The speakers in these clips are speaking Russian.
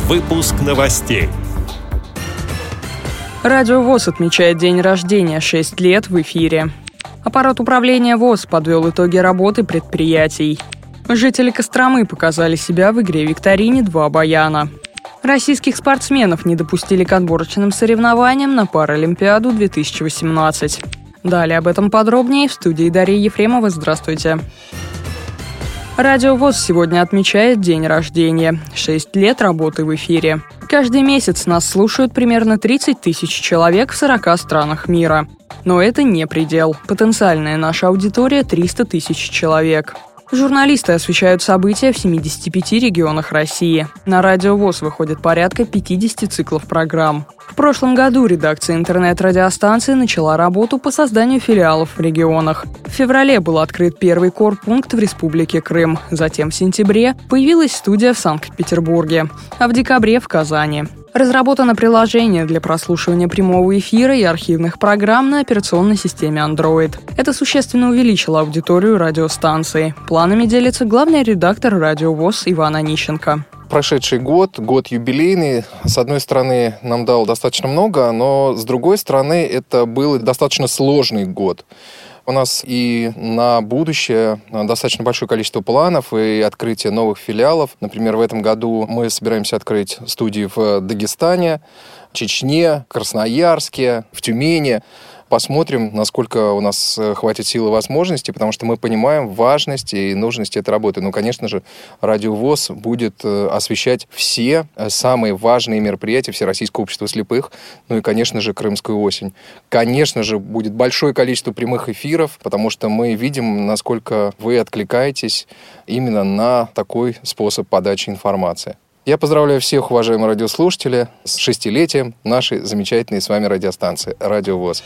Выпуск новостей. Радио ВОС отмечает день рождения, 6 лет в эфире. Аппарат управления ВОС подвел итоги работы предприятий. Жители Костромы показали себя в игре-викторине «Два баяна». Российских спортсменов не допустили к отборочным соревнованиям на Паралимпиаду 2018. Далее об этом подробнее в студии Дарьи Ефремовой. Здравствуйте. Радио ВОС сегодня отмечает день рождения. 6 лет работы в эфире. Каждый месяц нас слушают примерно 30 тысяч человек в 40 странах мира. Но это не предел. Потенциальная наша аудитория – 300 тысяч человек. Журналисты освещают события в 75 регионах России. На Радио ВОС выходит порядка 50 циклов программ. В прошлом году редакция интернет-радиостанции начала работу по созданию филиалов в регионах. В феврале был открыт первый корпункт в Республике Крым. Затем в сентябре появилась студия в Санкт-Петербурге, а в декабре в Казани. Разработано приложение для прослушивания прямого эфира и архивных программ на операционной системе Android. Это существенно увеличило аудиторию радиостанции. Планами делится главный редактор Радио ВОС Иван Онищенко. Прошедший год юбилейный, с одной стороны, нам дал достаточно много, но с другой стороны, это был достаточно сложный год. У нас и на будущее достаточно большое количество планов и открытие новых филиалов. Например, в этом году мы собираемся открыть студии в Дагестане, Чечне, Красноярске, в Тюмени. Посмотрим, насколько у нас хватит сил и возможностей, потому что мы понимаем важность и нужность этой работы. Ну, конечно же, Радио ВОС будет освещать все самые важные мероприятия Всероссийского общества слепых, ну и, конечно же, Крымскую осень. Конечно же, будет большое количество прямых эфиров, потому что мы видим, насколько вы откликаетесь именно на такой способ подачи информации. Я поздравляю всех, уважаемые радиослушатели, с 6-летием нашей замечательной с вами радиостанции «Радио ВОС».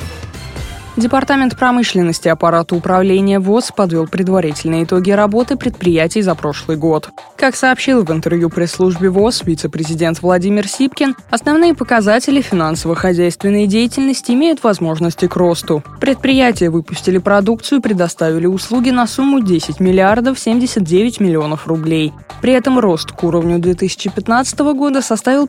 Департамент промышленности аппарата управления ВОС подвел предварительные итоги работы предприятий за прошлый год. Как сообщил в интервью пресс-службе ВОС вице-президент Владимир Сипкин, основные показатели финансово-хозяйственной деятельности имеют возможности к росту. Предприятия выпустили продукцию и предоставили услуги на сумму 10 миллиардов 79 миллионов рублей. При этом рост к уровню 2015 года составил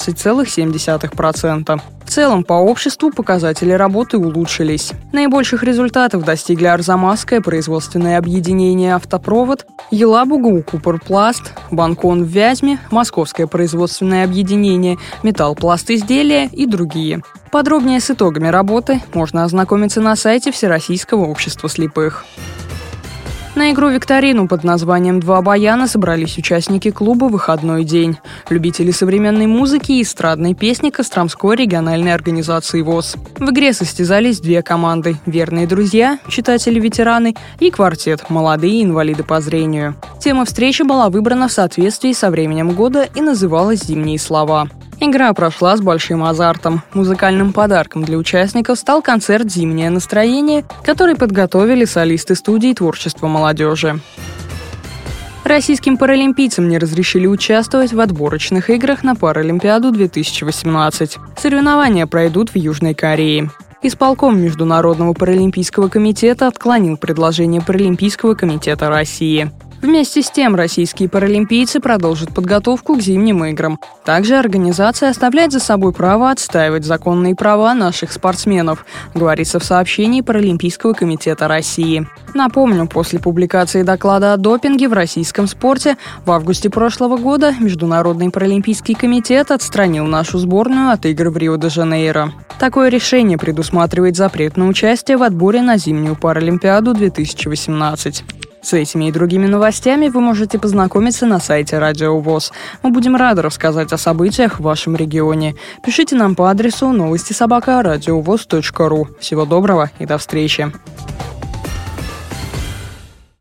15,7%. В целом, по обществу показатели работы улучшились. Наибольших результатов достигли Арзамасское производственное объединение «Автопровод», Елабуга «Укрпласт», Банкон в Вязьме, Московское производственное объединение «Металлпластизделия» и другие. Подробнее с итогами работы можно ознакомиться на сайте Всероссийского общества слепых. На игру-викторину под названием «Два баяна» собрались участники клуба «Выходной день», любители современной музыки и эстрадной песни Костромской региональной организации ВОС. В игре состязались две команды – «Верные друзья», читатели-ветераны, и квартет «Молодые инвалиды по зрению». Тема встречи была выбрана в соответствии со временем года и называлась «Зимние слова». Игра прошла с большим азартом. Музыкальным подарком для участников стал концерт «Зимнее настроение», который подготовили солисты студии творчества молодежи. Российским паралимпийцам не разрешили участвовать в отборочных играх на Паралимпиаду 2018. Соревнования пройдут в Южной Корее. Исполком Международного паралимпийского комитета отклонил предложение Паралимпийского комитета России. Вместе с тем, российские паралимпийцы продолжат подготовку к зимним играм. Также организация оставляет за собой право отстаивать законные права наших спортсменов, говорится в сообщении Паралимпийского комитета России. Напомню, после публикации доклада о допинге в российском спорте в августе прошлого года Международный паралимпийский комитет отстранил нашу сборную от игр в Рио-де-Жанейро. Такое решение предусматривает запрет на участие в отборе на зимнюю Паралимпиаду 2018. С этими и другими новостями вы можете познакомиться на сайте Радио ВОС. Мы будем рады рассказать о событиях в вашем регионе. Пишите нам по адресу новости@радиовос.ру. Всего доброго и до встречи.